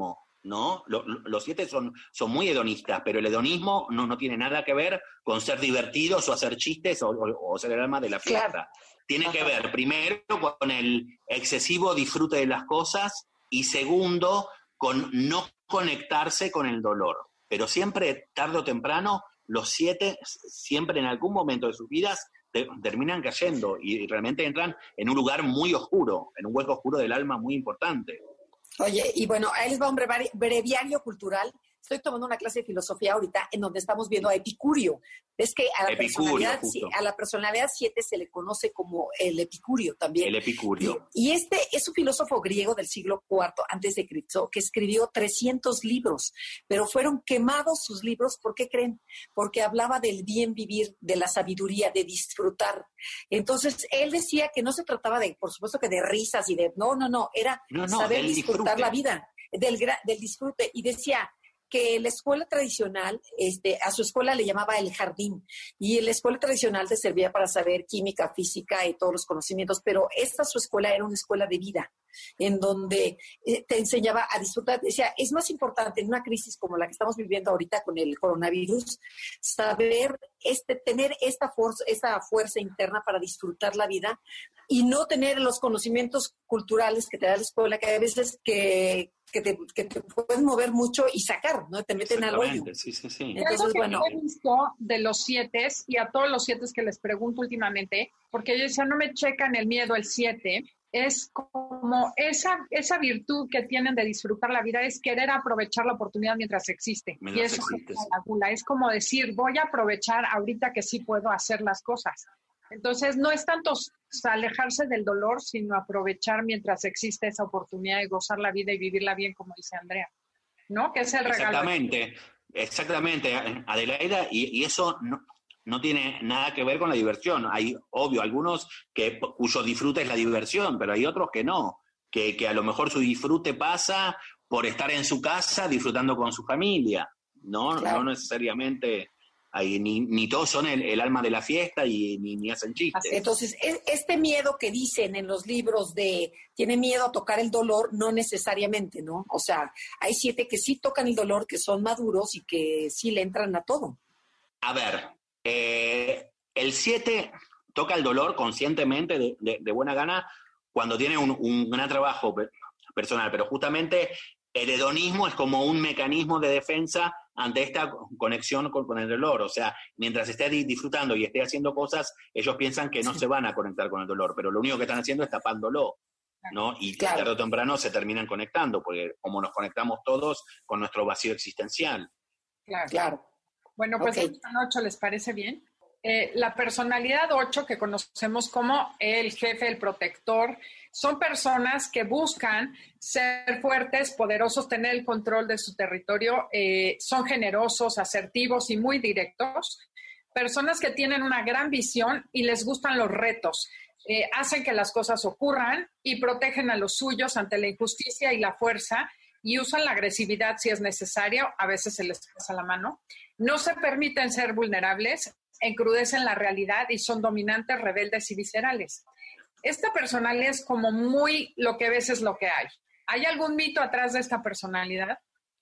¿no? Los, los siete son, son muy hedonistas, pero el hedonismo no, no tiene nada que ver con ser divertidos o hacer chistes o, o, o ser el alma de la fiesta. Claro. Tiene Ajá. que ver, primero, con el excesivo disfrute de las cosas y segundo, con no conectarse con el dolor. Pero siempre, tarde o temprano, los siete, siempre en algún momento de sus vidas, te, terminan cayendo y realmente entran en un lugar muy oscuro, en un hueco oscuro del alma muy importante. Oye, y bueno, ahí les va un brevari- breviario cultural. Estoy tomando una clase de filosofía ahorita en donde estamos viendo a Epicurio. Es que a la, Epicurio, personalidad, a la personalidad siete se le conoce como el Epicurio también. El Epicurio. Y, y este es un filósofo griego del siglo cuarto antes de Cristo que escribió trescientos libros, pero fueron quemados sus libros. ¿Por qué creen? Porque hablaba del bien vivir, de la sabiduría, de disfrutar. Entonces, él decía que no se trataba de, por supuesto que de risas y de, no, no, no, era no, no, saber disfrutar disfrute. la vida, del, del disfrute. Y decía que la escuela tradicional, este, a su escuela le llamaba el jardín, y la escuela tradicional te servía para saber química, física y todos los conocimientos, pero esta su escuela era una escuela de vida, en donde eh, te enseñaba a disfrutar. Decía, es más importante en una crisis como la que estamos viviendo ahorita con el coronavirus, saber, este, tener esta fuerza, esta fuerza interna para disfrutar la vida y no tener los conocimientos culturales que te da la escuela, que hay veces que Que te, que te pueden mover mucho y sacar, ¿no? Te meten al hoyo. Sí, sí, sí. Entonces, algo que bueno. Yo he visto de los siete, y a todos los siete que les pregunto últimamente, porque ellos ya no me checan el miedo, el siete, es como esa, esa virtud que tienen de disfrutar la vida, es querer aprovechar la oportunidad mientras existe. Mientras y eso existe, es la gula, es como decir, voy a aprovechar ahorita que sí puedo hacer las cosas. Entonces, no es tanto alejarse del dolor, sino aprovechar mientras existe esa oportunidad de gozar la vida y vivirla bien, como dice Andrea, ¿no? Que es el regalo. Exactamente, exactamente, Adelaida, y, y eso no, no tiene nada que ver con la diversión. Hay, obvio, algunos que, cuyo disfrute es la diversión, pero hay otros que no, que, que a lo mejor su disfrute pasa por estar en su casa disfrutando con su familia, ¿no? Claro. No necesariamente... Ahí, ni, ni todos son el, el alma de la fiesta y ni, ni hacen chistes. Entonces, este miedo que dicen en los libros de tiene miedo a tocar el dolor, no necesariamente, ¿no? O sea, hay siete que sí tocan el dolor, que son maduros y que sí le entran a todo. A ver, eh, el siete toca el dolor conscientemente, de, de, de buena gana, cuando tiene un, un gran trabajo personal, pero justamente el hedonismo es como un mecanismo de defensa ante esta conexión con, con el dolor. O sea, mientras esté disfrutando y esté haciendo cosas, ellos piensan que no sí. se van a conectar con el dolor, pero lo único que están haciendo es tapándolo, ¿no? Y claro. tarde o temprano se terminan conectando, porque como nos conectamos todos con nuestro vacío existencial. Claro. claro. Bueno, pues okay. Esta ocho, ¿les parece bien? Eh, la personalidad ocho, que conocemos como el jefe, el protector, son personas que buscan ser fuertes, poderosos, tener el control de su territorio, eh, son generosos, asertivos y muy directos, personas que tienen una gran visión y les gustan los retos, eh, hacen que las cosas ocurran y protegen a los suyos ante la injusticia y la fuerza y usan la agresividad si es necesario, a veces se les pasa la mano, no se permiten ser vulnerables, encrudecen la realidad y son dominantes, rebeldes y viscerales. Esta personalidad es como muy lo que ves es lo que hay. ¿Hay algún mito atrás de esta personalidad?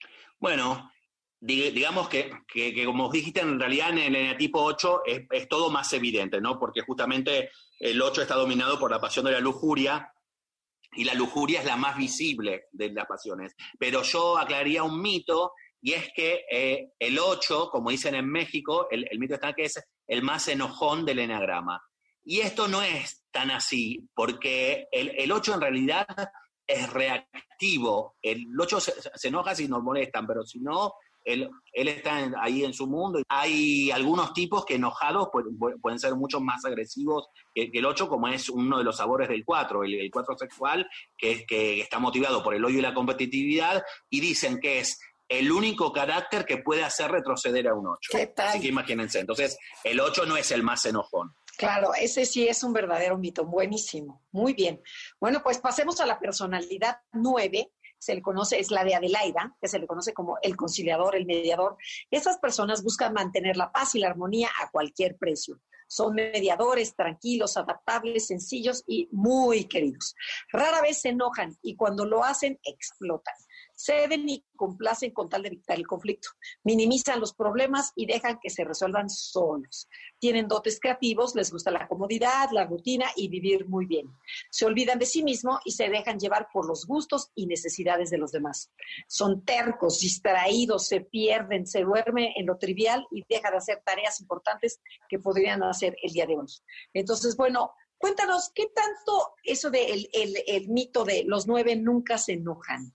Bueno, digamos que, que, que como dijiste, en realidad en el eneatipo ocho es, es todo más evidente, ¿no? Porque justamente el ocho está dominado por la pasión de la lujuria, y la lujuria es la más visible de las pasiones. Pero yo aclararía un mito, y es que eh, el ocho, como dicen en México, el, el mito está que es el más enojón del eneagrama. Y esto no es tan así, porque el, el ocho en realidad es reactivo. El ocho se, se enoja si nos molestan, pero si no, él, él está en, ahí en su mundo. Hay algunos tipos que enojados pueden, pueden ser mucho más agresivos que, que el ocho, como es uno de los sabores del cuatro, el, el cuatro sexual, que, es, que está motivado por el odio y la competitividad, y dicen que es el único carácter que puede hacer retroceder a un ocho. ¿Qué tal? Así que imagínense. Entonces, el ocho no es el más enojón. Claro, ese sí es un verdadero mito. Buenísimo. Muy bien. Bueno, pues pasemos a la personalidad nueve. Se le conoce, es la de Adelaida, que se le conoce como el conciliador, el mediador. Esas personas buscan mantener la paz y la armonía a cualquier precio. Son mediadores, tranquilos, adaptables, sencillos y muy queridos. Rara vez se enojan y cuando lo hacen, explotan. ceden y complacen con tal de evitar el conflicto. Minimizan los problemas y dejan que se resuelvan solos. Tienen dotes creativos, les gusta la comodidad, la rutina y vivir muy bien. Se olvidan de sí mismos y se dejan llevar por los gustos y necesidades de los demás. Son tercos, distraídos, se pierden, se duermen en lo trivial y dejan de hacer tareas importantes que podrían hacer el día de hoy. Entonces, bueno, cuéntanos, ¿qué tanto eso del el, el mito de los nueve nunca se enojan?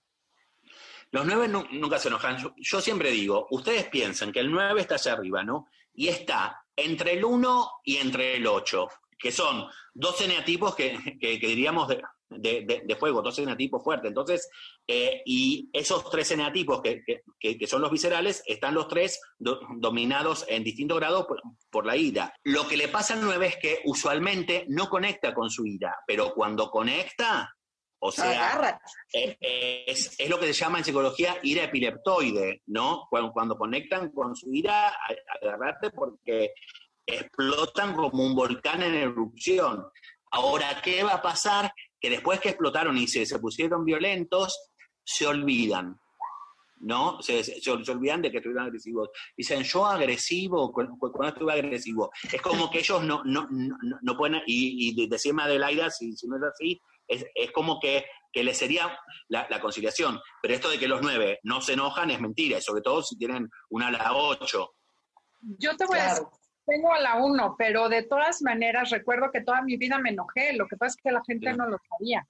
Los nueve nu- nunca se enojan. Yo, yo siempre digo, ustedes piensan que el nueve está allá arriba, ¿no? Y está entre el uno y entre el ocho, que son dos eneatipos que, que, que diríamos de, de, de, de fuego, dos eneatipos fuertes. Entonces, eh, y esos tres eneatipos que, que, que son los viscerales, están los tres do, dominados en distintos grados por, por la ira. Lo que le pasa al nueve es que usualmente no conecta con su ira, pero cuando conecta... O sea, eh, eh, es, es lo que se llama en psicología ira epileptoide, ¿no? Cuando, cuando conectan con su ira, agarrate porque explotan como un volcán en erupción. Ahora, ¿qué va a pasar? Que después que explotaron y se, se pusieron violentos, se olvidan, ¿no? Se, se, se olvidan de que estuvieron agresivos. Dicen, yo agresivo, cuando, cuando estuve agresivo. Es como que ellos no, no, no, no pueden, y, y decirme Adelaida, si, si no es así, Es, es como que, que les sería la, la conciliación. Pero esto de que los nueve no se enojan es mentira, y sobre todo si tienen una a la ocho. Yo te voy claro. a decir, tengo a la uno, pero de todas maneras recuerdo que toda mi vida me enojé. Lo que pasa es que la gente sí. no lo sabía.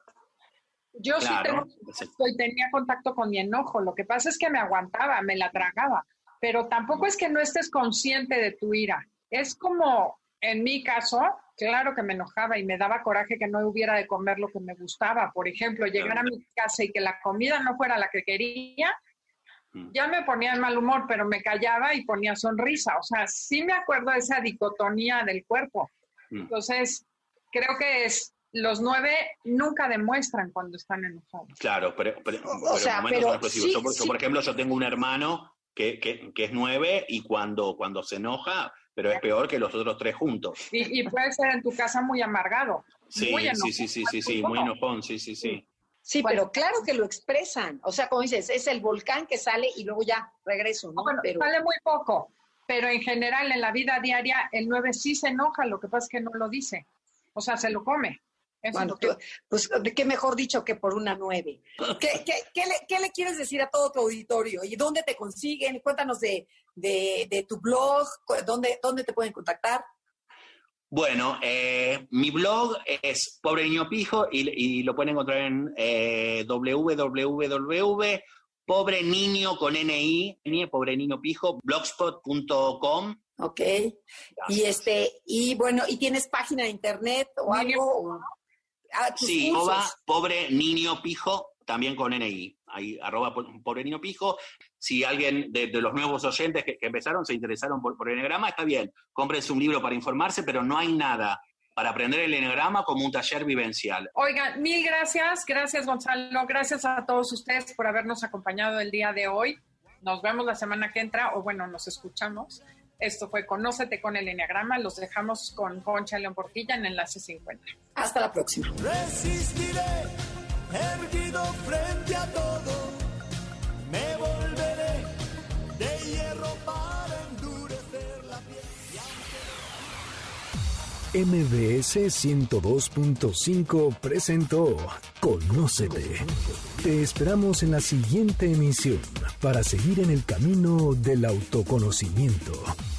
Yo claro. sí tengo contacto y tenía contacto con mi enojo. Lo que pasa es que me aguantaba, me la tragaba. Pero tampoco es que no estés consciente de tu ira. Es como, en mi caso... Claro que me enojaba y me daba coraje que no hubiera de comer lo que me gustaba. Por ejemplo, llegar a mi casa y que la comida no fuera la que quería, ya me ponía en mal humor, pero me callaba y ponía sonrisa. O sea, sí me acuerdo de esa dicotomía del cuerpo. Entonces, creo que es los nueve nunca demuestran cuando están enojados. Claro, pero, pero, o pero sea, pero sí, yo, por, sí. yo, por ejemplo, yo tengo un hermano que, que, que es nueve y cuando, cuando se enoja... pero es peor que los otros tres juntos. Y, y puede ser en tu casa muy amargado. Sí, muy sí, sí, sí, sí, sí, muy enojón, sí, sí, sí. Sí, bueno, pero claro que lo expresan. O sea, como dices, es el volcán que sale y luego ya regreso, ¿no? Bueno, pero... sale muy poco, pero en general en la vida diaria el nueve sí se enoja, lo que pasa es que no lo dice. O sea, se lo come. Eso bueno, es lo que... pues qué mejor dicho que por una nueve. ¿Qué, qué, qué, le, ¿Qué le quieres decir a todo tu auditorio? ¿Y dónde te consiguen? Cuéntanos de, de, de tu blog, ¿dónde, dónde te pueden contactar? Bueno, eh, mi blog es Pobre Niño Pijo y, y lo pueden encontrar en eh, w w w punto pobre niño con n i, pobre niño pijo, blogspot punto com. Ok. Y este, y bueno, ¿y tienes página de internet o algo? Ah, sí, arroba Pobre Niño Pijo, también con N I, ahí, arroba Pobre Niño Pijo. Si alguien de, de los nuevos oyentes que, que empezaron se interesaron por, por el eneagrama, está bien, cómprense un libro para informarse, pero no hay nada para aprender el eneagrama como un taller vivencial. Oigan, mil gracias, gracias Gonzalo, gracias a todos ustedes por habernos acompañado el día de hoy. Nos vemos la semana que entra, o bueno, nos escuchamos. Esto fue Conócete con el Eneagrama. Los dejamos con Concha León Portilla en Enlace cincuenta. Hasta la próxima. Resistiré, erguido frente a todo. Me volveré de hierro para endurecer la piel. M B S ciento dos punto cinco presentó Conócete. Te esperamos en la siguiente emisión para seguir en el camino del autoconocimiento.